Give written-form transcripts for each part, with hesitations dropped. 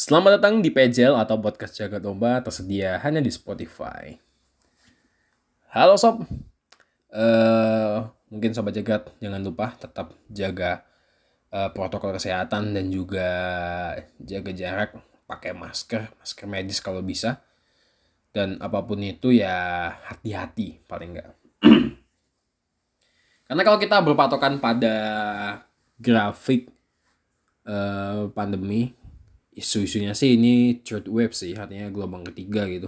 Selamat datang di PJL atau podcast Jaga Domba, tersedia hanya di Spotify. Halo sob, mungkin sobat jagat jangan lupa tetap jaga protokol kesehatan dan juga jaga jarak, pakai masker medis kalau bisa, dan apapun itu ya hati-hati paling enggak. Karena kalau kita berpatokan pada grafik pandemi, isu-isunya sih ini third wave sih, artinya gelombang ketiga gitu.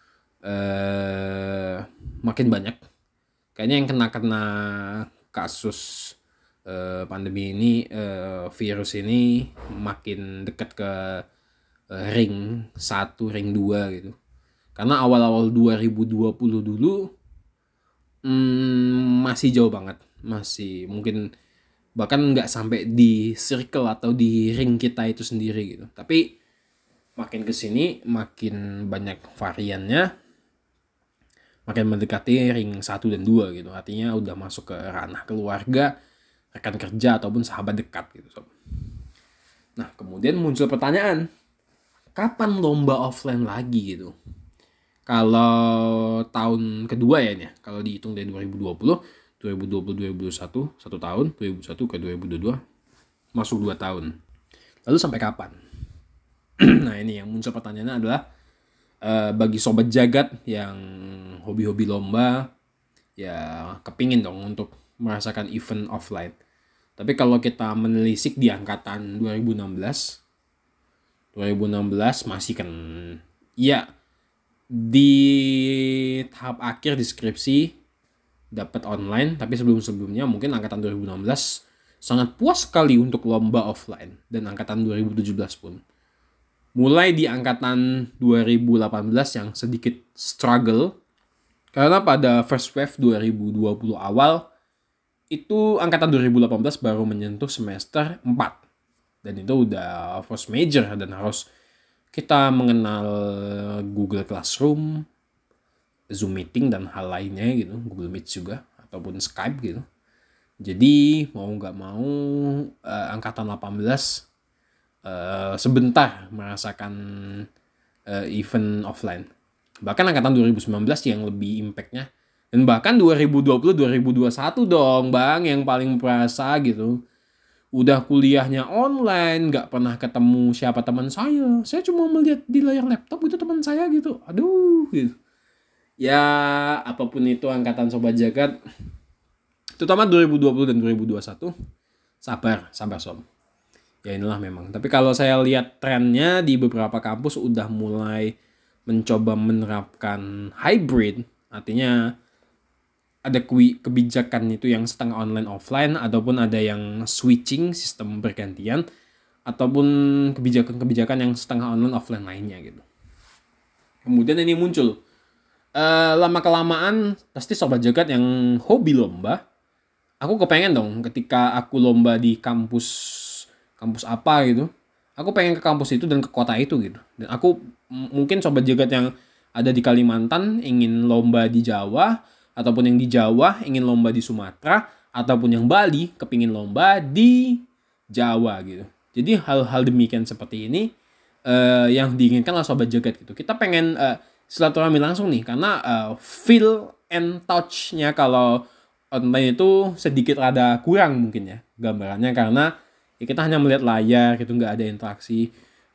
Makin banyak kayaknya yang kena kasus pandemi ini, virus ini makin dekat ke ring 1, ring 2 gitu. Karena awal-awal 2020 dulu masih jauh banget, masih mungkin bahkan nggak sampai di circle atau di ring kita itu sendiri gitu. Tapi makin kesini makin banyak variannya, makin mendekati ring 1 dan 2 gitu. Artinya udah masuk ke ranah keluarga, rekan kerja ataupun sahabat dekat gitu sob. Nah kemudian muncul pertanyaan, kapan lomba offline lagi gitu? Kalau tahun kedua ya nih, kalau dihitung dari 2020, 2021, 1 tahun, 2021 ke 2022, masuk 2 tahun. Lalu sampai kapan? Nah ini yang muncul pertanyaannya adalah, bagi sobat jagat yang hobi-hobi lomba, ya kepingin dong untuk merasakan event offline. Tapi kalau kita menelisik di angkatan 2016 masih kan, ya di tahap akhir deskripsi dapat online, tapi sebelum-sebelumnya mungkin angkatan 2016 sangat puas sekali untuk lomba offline, dan angkatan 2017 pun. Mulai di angkatan 2018 yang sedikit struggle, karena pada first wave 2020 awal, itu angkatan 2018 baru menyentuh semester 4. Dan itu udah first major dan harus kita mengenal Google Classroom, Zoom Meeting dan hal lainnya gitu, Google Meet juga, ataupun Skype gitu. Jadi mau nggak mau angkatan 18 sebentar merasakan event offline. Bahkan angkatan 2019 yang lebih impactnya. Dan bahkan 2020-2021 dong bang yang paling perasa gitu. Udah kuliahnya online, gak pernah ketemu siapa teman saya. Saya cuma melihat di layar laptop gitu teman saya gitu. Aduh gitu. Ya apapun itu angkatan sobat jagat, terutama 2020 dan 2021, sabar sob. Ya inilah memang. Tapi kalau saya lihat trennya di beberapa kampus udah mulai mencoba menerapkan hybrid, artinya ada kebijakan itu yang setengah online offline, ataupun ada yang switching sistem bergantian, ataupun kebijakan-kebijakan yang setengah online offline lainnya gitu. Kemudian ini muncul, lama kelamaan pasti sobat jagat yang hobi lomba, aku kepengen dong ketika aku lomba di kampus apa gitu, aku pengen ke kampus itu dan ke kota itu gitu. Dan aku mungkin sobat jagat yang ada di Kalimantan ingin lomba di Jawa, ataupun yang di Jawa ingin lomba di Sumatera, ataupun yang Bali kepingin lomba di Jawa gitu. Jadi hal-hal demikian seperti ini yang diinginkan oleh sobat jagat gitu. Kita pengen silaturahmi langsung nih, karena feel and touch-nya kalau online itu sedikit rada kurang mungkin ya gambarannya, karena ya kita hanya melihat layar gitu, nggak ada interaksi.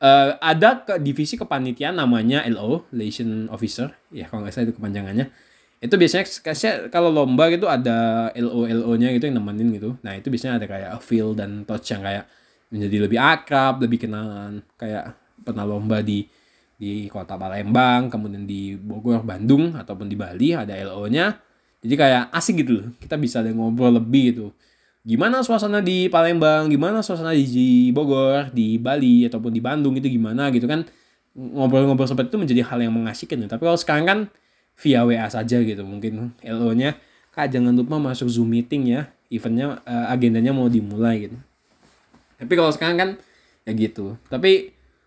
Ada divisi kepanitiaan namanya LO, Liaison Officer, ya kalau nggak salah itu kepanjangannya. Itu biasanya kalau lomba gitu ada LO-nya gitu yang nemenin gitu. Nah itu biasanya ada kayak feel dan touch yang kayak menjadi lebih akrab, lebih kenalan. Kayak pernah lomba di kota Palembang, kemudian di Bogor, Bandung, ataupun di Bali ada LO-nya. Jadi kayak asik gitu loh, kita bisa ada ngobrol lebih gitu. Gimana suasana di Palembang, gimana suasana di Bogor, di Bali, ataupun di Bandung itu gimana gitu kan. Ngobrol-ngobrol seperti itu menjadi hal yang mengasihkan. Tapi kalau sekarang kan via WA saja gitu. Mungkin LO-nya, Kak jangan lupa masuk Zoom meeting ya, eventnya agendanya mau dimulai gitu. Tapi kalau sekarang kan ya gitu. Tapi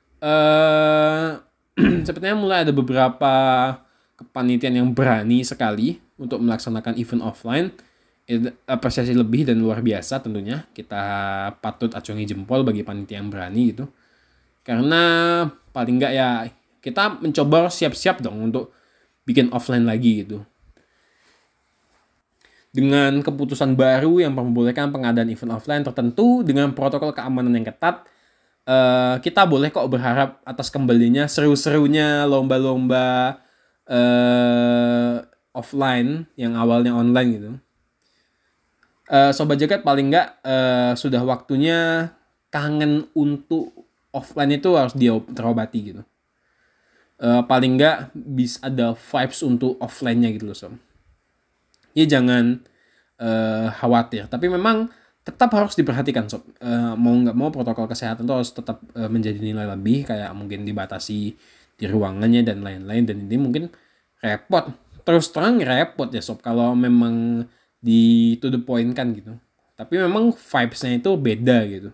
sepertinya mulai ada beberapa kepanitiaan yang berani sekali untuk melaksanakan event offline. Apresiasi lebih dan luar biasa tentunya. Kita patut acungi jempol bagi panitia yang berani gitu. Karena paling nggak ya kita mencoba siap-siap dong untuk bikin offline lagi gitu. Dengan keputusan baru yang membolehkan pengadaan event offline tertentu dengan protokol keamanan yang ketat, kita boleh kok berharap atas kembalinya seru-serunya lomba-lomba offline yang awalnya online gitu. Sobat Jagat paling nggak sudah waktunya kangen untuk offline itu harus terobati gitu. Paling nggak bisa ada vibes untuk offline-nya gitu loh sob. Ya jangan khawatir, tapi memang tetap harus diperhatikan sob. Mau nggak mau protokol kesehatan itu harus tetap menjadi nilai lebih, kayak mungkin dibatasi di ruangannya dan lain-lain. Dan ini mungkin repot, terus terang repot ya sob kalau memang di to the point kan gitu. Tapi memang vibes-nya itu beda gitu.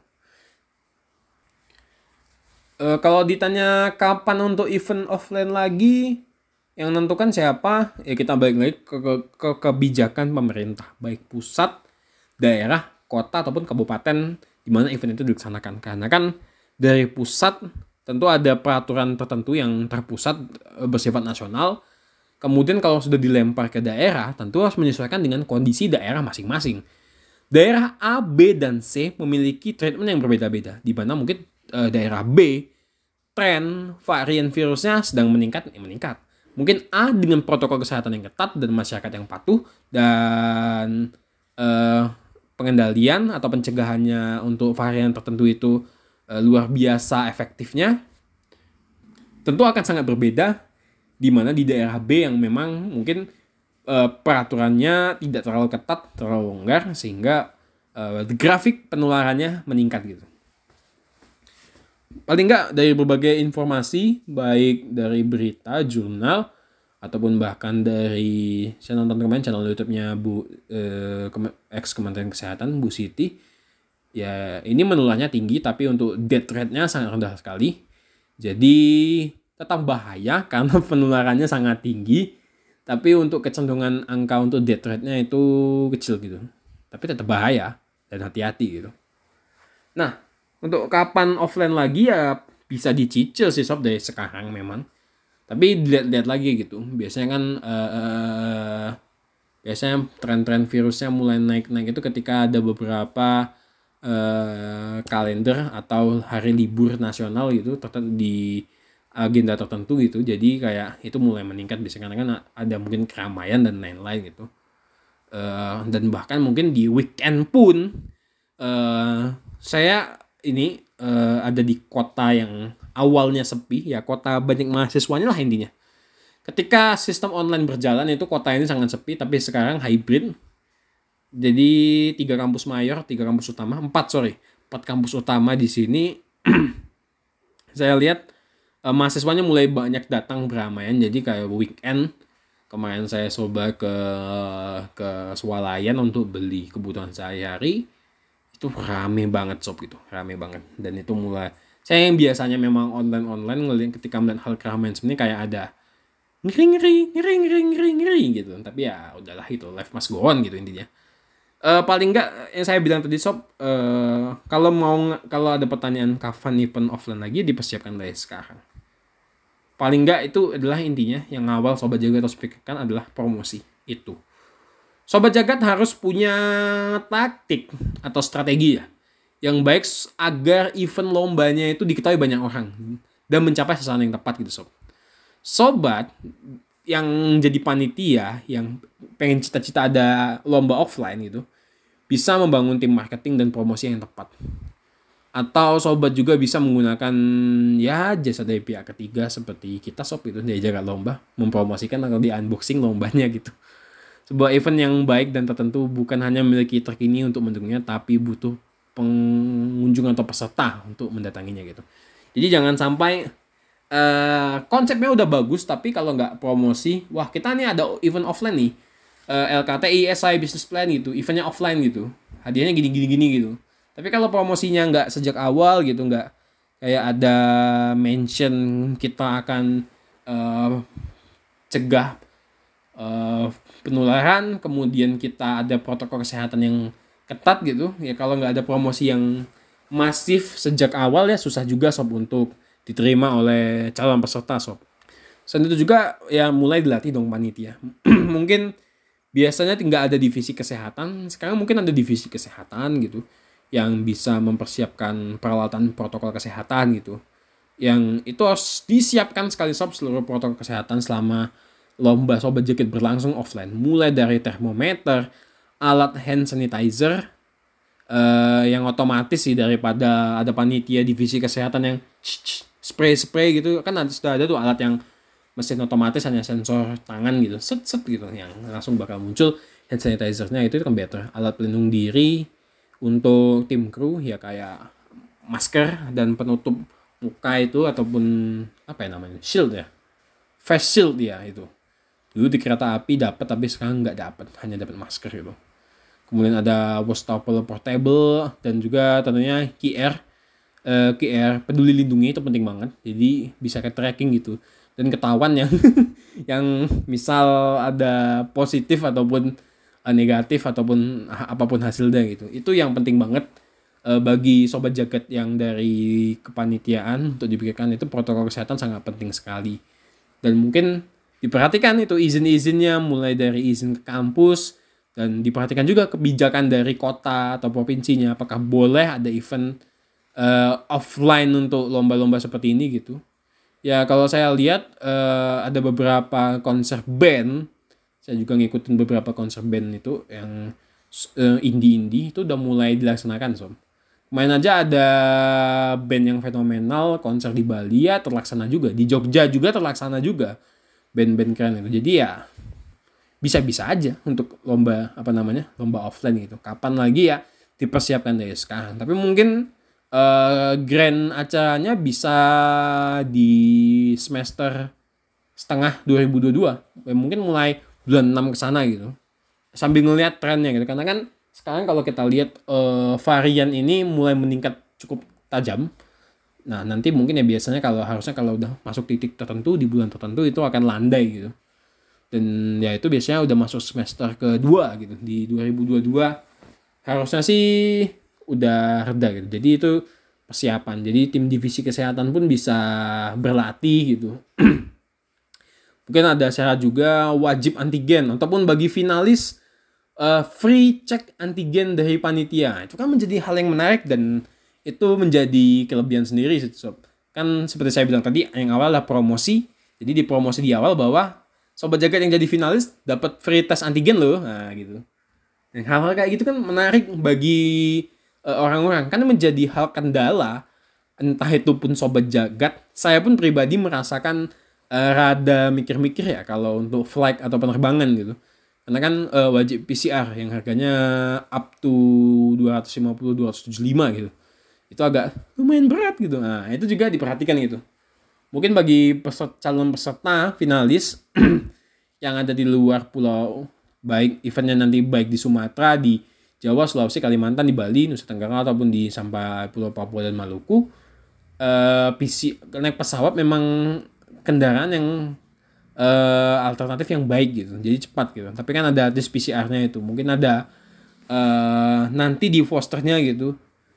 Kalau ditanya kapan untuk event offline lagi, yang menentukan siapa? Ya kita balik lagi ke kebijakan pemerintah, baik pusat, daerah, kota ataupun kabupaten di mana event itu dilaksanakan. Karena kan dari pusat tentu ada peraturan tertentu yang terpusat bersifat nasional. Kemudian kalau sudah dilempar ke daerah, tentu harus menyesuaikan dengan kondisi daerah masing-masing. Daerah A, B, dan C memiliki treatment yang berbeda-beda. Di mana mungkin daerah B, tren varian virusnya sedang meningkat. Mungkin A dengan protokol kesehatan yang ketat dan masyarakat yang patuh dan pengendalian atau pencegahannya untuk varian tertentu itu luar biasa efektifnya, tentu akan sangat berbeda di mana di daerah B yang memang mungkin peraturannya tidak terlalu ketat, terlalu longgar sehingga grafik penularannya meningkat gitu. Paling nggak dari berbagai informasi, baik dari berita, jurnal, ataupun bahkan dari saya nonton kemarin channel YouTube-nya Bu ex Kementerian Kesehatan Bu Siti, ya ini menularnya tinggi tapi untuk death rate-nya sangat rendah sekali. Jadi tetap bahaya karena penularannya sangat tinggi, tapi untuk kecenderungan angka untuk death rate-nya itu kecil gitu. Tapi tetap bahaya dan hati-hati gitu. Nah, untuk kapan offline lagi ya bisa dicicil sih sob dari sekarang memang. Tapi dilihat-lihat lagi gitu. Biasanya kan biasanya tren-tren virusnya mulai naik-naik itu ketika ada beberapa kalender atau hari libur nasional gitu di agenda tertentu gitu. Jadi kayak itu mulai meningkat biasanya kan ada mungkin keramaian dan lain-lain gitu. Dan bahkan mungkin di weekend pun saya ini ada di kota yang awalnya sepi, ya kota banyak mahasiswanya lah intinya. Ketika sistem online berjalan itu kota ini sangat sepi, tapi sekarang hybrid. Jadi 4 kampus utama di sini. Saya lihat mahasiswanya mulai banyak datang beramaian, jadi kayak weekend. Kemarin saya coba ke swalayan untuk beli kebutuhan sehari-hari. Itu rame banget sob gitu, rame banget. Dan itu mulai, saya yang biasanya memang online ngelihat ketika melihat hal keramaian sebenarnya kayak ada ngeri gitu. Tapi ya udahlah, itu life must go on gitu intinya. Paling enggak yang saya bilang tadi sob, kalau ada pertanyaan kapan event offline lagi, dipersiapkan dari sekarang. Paling enggak itu adalah intinya yang awal Sobat Jagat harus pikirkan adalah promosi itu. Sobat Jagat harus punya taktik atau strategi ya yang baik agar event lombanya itu diketahui banyak orang dan mencapai sasaran yang tepat gitu sob. Sobat yang jadi panitia yang pengen cita-cita ada lomba offline gitu bisa membangun tim marketing dan promosi yang tepat. Atau sobat juga bisa menggunakan ya jasa dari pihak ketiga seperti kita sob itu dari Jagat Lomba mempromosikan atau di unboxing lombanya gitu. Sebuah event yang baik dan tertentu bukan hanya memiliki terkini untuk mendukungnya, tapi butuh pengunjung atau peserta untuk mendatanginya gitu. Jadi jangan sampai konsepnya udah bagus, tapi kalau nggak promosi, wah kita nih ada event offline nih, LKTI, SI, Business Plan gitu, eventnya offline gitu, hadiahnya gini gitu. Tapi kalau promosinya nggak sejak awal gitu, nggak kayak ada mention kita akan cegah penularan, kemudian kita ada protokol kesehatan yang ketat gitu ya, kalau nggak ada promosi yang masif sejak awal ya susah juga sob untuk diterima oleh calon peserta sob. Selain itu juga ya mulai dilatih dong panitia. Mungkin biasanya tinggal ada divisi kesehatan, sekarang mungkin ada divisi kesehatan gitu yang bisa mempersiapkan peralatan protokol kesehatan gitu. Yang itu harus disiapkan sekali sob seluruh protokol kesehatan selama lomba Sobat Jakit berlangsung offline. Mulai dari termometer, alat hand sanitizer, yang otomatis sih daripada ada panitia divisi kesehatan yang spray gitu kan sudah ada tuh alat yang mesin otomatis hanya sensor tangan gitu set gitu yang langsung bakal muncul hand sanitizer-nya. Itu kan better. Alat pelindung diri untuk tim kru ya kayak masker dan penutup muka itu ataupun apa ya namanya shield ya, face shield ya itu. Dulu di kereta api dapat tapi sekarang nggak dapat, hanya dapat masker gitu. Kemudian ada wastafel portable dan juga tentunya QR peduli lindungi itu penting banget. Jadi bisa ke tracking gitu dan ketahuan yang yang misal ada positif ataupun negatif ataupun apapun hasilnya gitu. Itu yang penting banget bagi Sobat Jaket yang dari kepanitiaan untuk diberikan itu protokol kesehatan sangat penting sekali. Dan mungkin diperhatikan itu izin-izinnya mulai dari izin ke kampus dan diperhatikan juga kebijakan dari kota atau provinsinya apakah boleh ada event offline untuk lomba-lomba seperti ini gitu. Ya kalau saya lihat ada beberapa konser band, saya juga ngikutin beberapa konser band itu yang indie-indie itu udah mulai dilaksanakan sob. Main aja ada band yang fenomenal konser di Bali ya terlaksana juga, di Jogja juga terlaksana juga band-band keren itu. Jadi ya bisa-bisa aja untuk lomba lomba offline gitu. Kapan lagi ya dipersiapkan dari sekarang. Tapi mungkin grand acaranya bisa di semester setengah 2022. Mungkin mulai bulan 6 ke sana gitu. Sambil ngelihat trennya gitu. Karena kan sekarang kalau kita lihat varian ini mulai meningkat cukup tajam. Nah, nanti mungkin ya biasanya harusnya kalau udah masuk titik tertentu di bulan tertentu itu akan landai gitu. Dan ya itu biasanya udah masuk semester kedua gitu. Di 2022 harusnya sih udah reda gitu. Jadi itu persiapan. Jadi tim divisi kesehatan pun bisa berlatih gitu. Mungkin ada syarat juga wajib antigen ataupun bagi finalis free check antigen dari panitia. Itu kan menjadi hal yang menarik dan itu menjadi kelebihan sendiri sih sob. Kan seperti saya bilang tadi yang awal adalah promosi. Jadi dipromosi di awal bahwa Sobat Jagat yang jadi finalis dapat free tes antigen loh. Nah gitu. Dan hal-hal kayak gitu kan menarik bagi orang-orang. Kan menjadi hal kendala. Entah itu pun Sobat Jagat. Saya pun pribadi merasakan rada mikir-mikir ya kalau untuk flight atau penerbangan gitu. Karena kan wajib PCR yang harganya up to 250-275 gitu. Itu agak lumayan berat gitu. Nah itu juga diperhatikan gitu. Mungkin bagi calon peserta finalis yang ada di luar pulau, baik eventnya nanti baik di Sumatera, di Jawa, Sulawesi, Kalimantan, di Bali, Nusa Tenggara ataupun di sampai Pulau Papua dan Maluku, naik pesawat memang kendaraan yang alternatif yang baik gitu, jadi cepat gitu. Tapi kan ada tes PCR-nya itu, mungkin ada nanti di posternya gitu.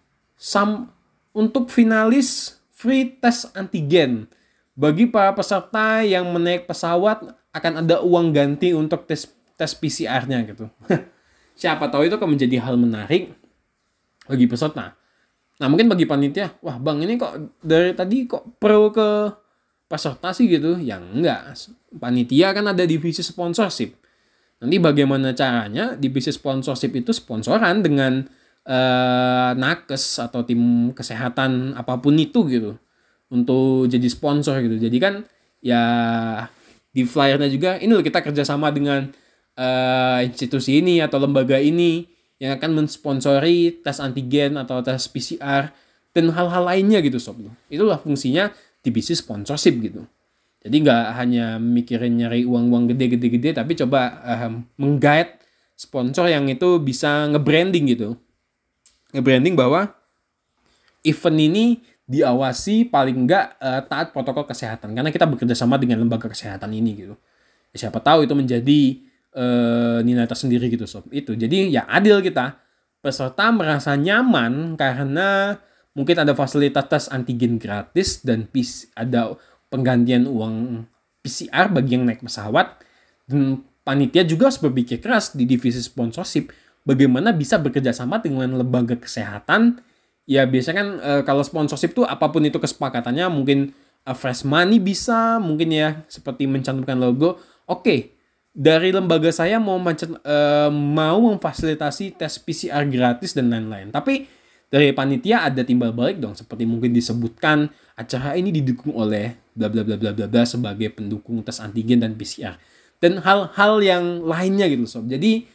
Untuk finalis free tes antigen. Bagi para peserta yang menaik pesawat akan ada uang ganti untuk tes PCR-nya gitu. Siapa tahu itu akan menjadi hal menarik bagi peserta. Nah mungkin bagi panitia, wah bang ini kok dari tadi kok pro ke peserta sih gitu. Yang enggak, panitia kan ada divisi sponsorship. Nanti bagaimana caranya divisi sponsorship itu sponsoran dengan nakes atau tim kesehatan apapun itu gitu. Untuk jadi sponsor gitu. Jadi kan ya di flyernya juga ini loh kita kerjasama dengan institusi ini atau lembaga ini yang akan mensponsori tes antigen atau tes PCR dan hal-hal lainnya gitu sob. Itulah fungsinya di bisnis sponsorship gitu. Jadi nggak hanya mikirin nyari uang-uang gede tapi coba mengguide sponsor yang itu bisa nge-branding gitu. Nge-branding bahwa event ini diawasi paling enggak taat protokol kesehatan karena kita bekerja sama dengan lembaga kesehatan ini gitu. Ya, siapa tahu itu menjadi nilai tersendiri gitu sob. Itu jadi ya adil kita peserta merasa nyaman karena mungkin ada fasilitas tes antigen gratis dan ada penggantian uang PCR bagi yang naik pesawat. Dan panitia juga harus berpikir keras di divisi sponsorship bagaimana bisa bekerja sama dengan lembaga kesehatan. Ya biasanya kan kalau sponsorship tuh apapun itu kesepakatannya, mungkin fresh money bisa, mungkin ya seperti mencantumkan logo. Oke, dari lembaga saya mau memfasilitasi tes PCR gratis dan lain-lain. Tapi dari panitia ada timbal balik dong, seperti mungkin disebutkan acara ini didukung oleh bla bla bla bla bla bla sebagai pendukung tes antigen dan PCR dan hal-hal yang lainnya gitu sob. Jadi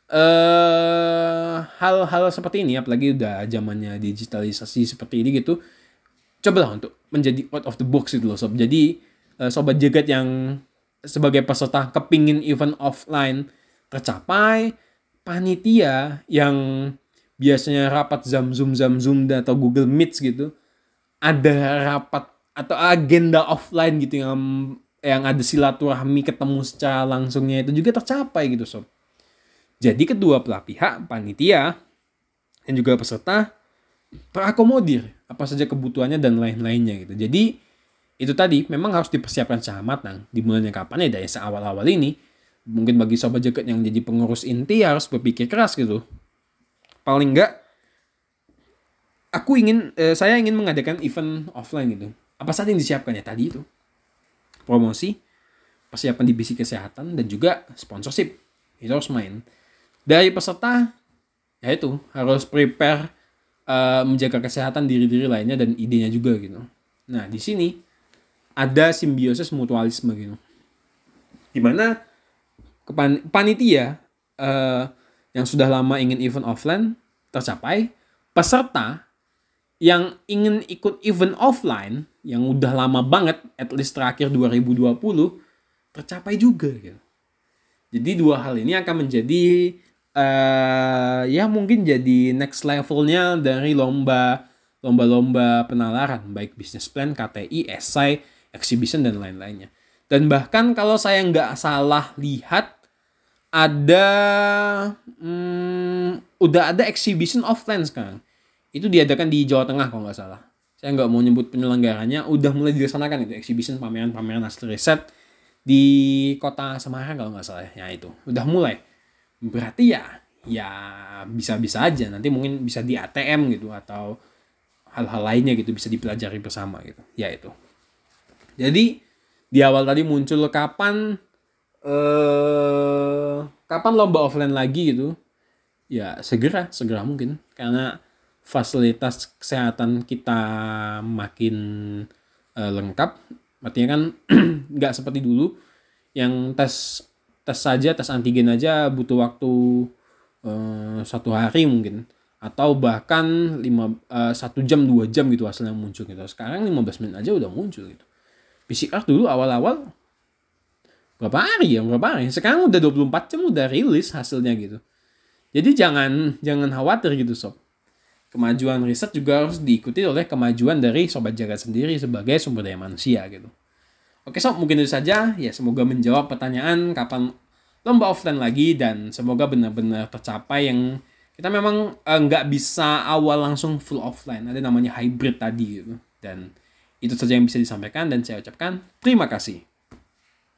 hal-hal seperti ini, apalagi udah zamannya digitalisasi seperti ini gitu, cobalah untuk menjadi out of the box gitu loh sob. Jadi sobat jagat yang sebagai peserta kepingin event offline tercapai, panitia yang biasanya rapat Zoom atau Google Meet gitu, ada rapat atau agenda offline gitu yang ada silaturahmi ketemu secara langsungnya itu juga tercapai gitu sob. Jadi kedua belah pihak, panitia dan juga peserta, terakomodir apa saja kebutuhannya dan lain-lainnya gitu. Jadi itu tadi memang harus dipersiapkan secara matang. Dimulainya kapan ya dari seawal-awal ini. Mungkin bagi sobat jagat yang jadi pengurus inti harus berpikir keras gitu. Paling enggak saya ingin mengadakan event offline gitu. Apa saja yang disiapkan ya tadi itu? Promosi, persiapan divisi kesehatan dan juga sponsorship. Itu harus main. Dari peserta ya itu harus prepare menjaga kesehatan diri-diri lainnya dan idenya juga gitu. Nah, di sini ada simbiosis mutualisme gitu. Dimana panitia yang sudah lama ingin event offline tercapai, peserta yang ingin ikut event offline yang udah lama banget, at least terakhir 2020, tercapai juga gitu. Jadi dua hal ini akan menjadi ya mungkin jadi next levelnya dari lomba-lomba penalaran, baik business plan, KTI, esai, exhibition dan lain-lainnya. Dan bahkan kalau saya nggak salah lihat ada udah ada exhibition offline sekarang. Itu diadakan di Jawa Tengah kalau nggak salah. Saya nggak mau nyebut penyelenggaranya, udah mulai dilaksanakan itu exhibition pameran hasil riset di kota Semarang kalau nggak salah ya itu udah mulai. Berarti ya bisa-bisa aja nanti mungkin bisa di ATM gitu atau hal-hal lainnya gitu bisa dipelajari bersama gitu ya itu. Jadi di awal tadi muncul kapan lomba offline lagi gitu ya segera mungkin karena fasilitas kesehatan kita makin lengkap. Artinya kan nggak seperti dulu yang tes antigen aja butuh waktu 1 hari mungkin atau bahkan 1 jam 2 jam gitu hasilnya muncul gitu. Sekarang 15 menit aja udah muncul gitu. PCR dulu awal-awal berapa hari. Sekarang udah 24 jam udah rilis hasilnya gitu. Jadi jangan khawatir gitu sob. Kemajuan riset juga harus diikuti oleh kemajuan dari sobat jagat sendiri sebagai sumber daya manusia gitu. Oke sob, mungkin itu saja. Ya semoga menjawab pertanyaan kapan lomba offline lagi dan semoga benar-benar tercapai yang kita memang nggak bisa awal langsung full offline. Ada namanya hybrid tadi gitu. Dan itu saja yang bisa disampaikan dan saya ucapkan terima kasih.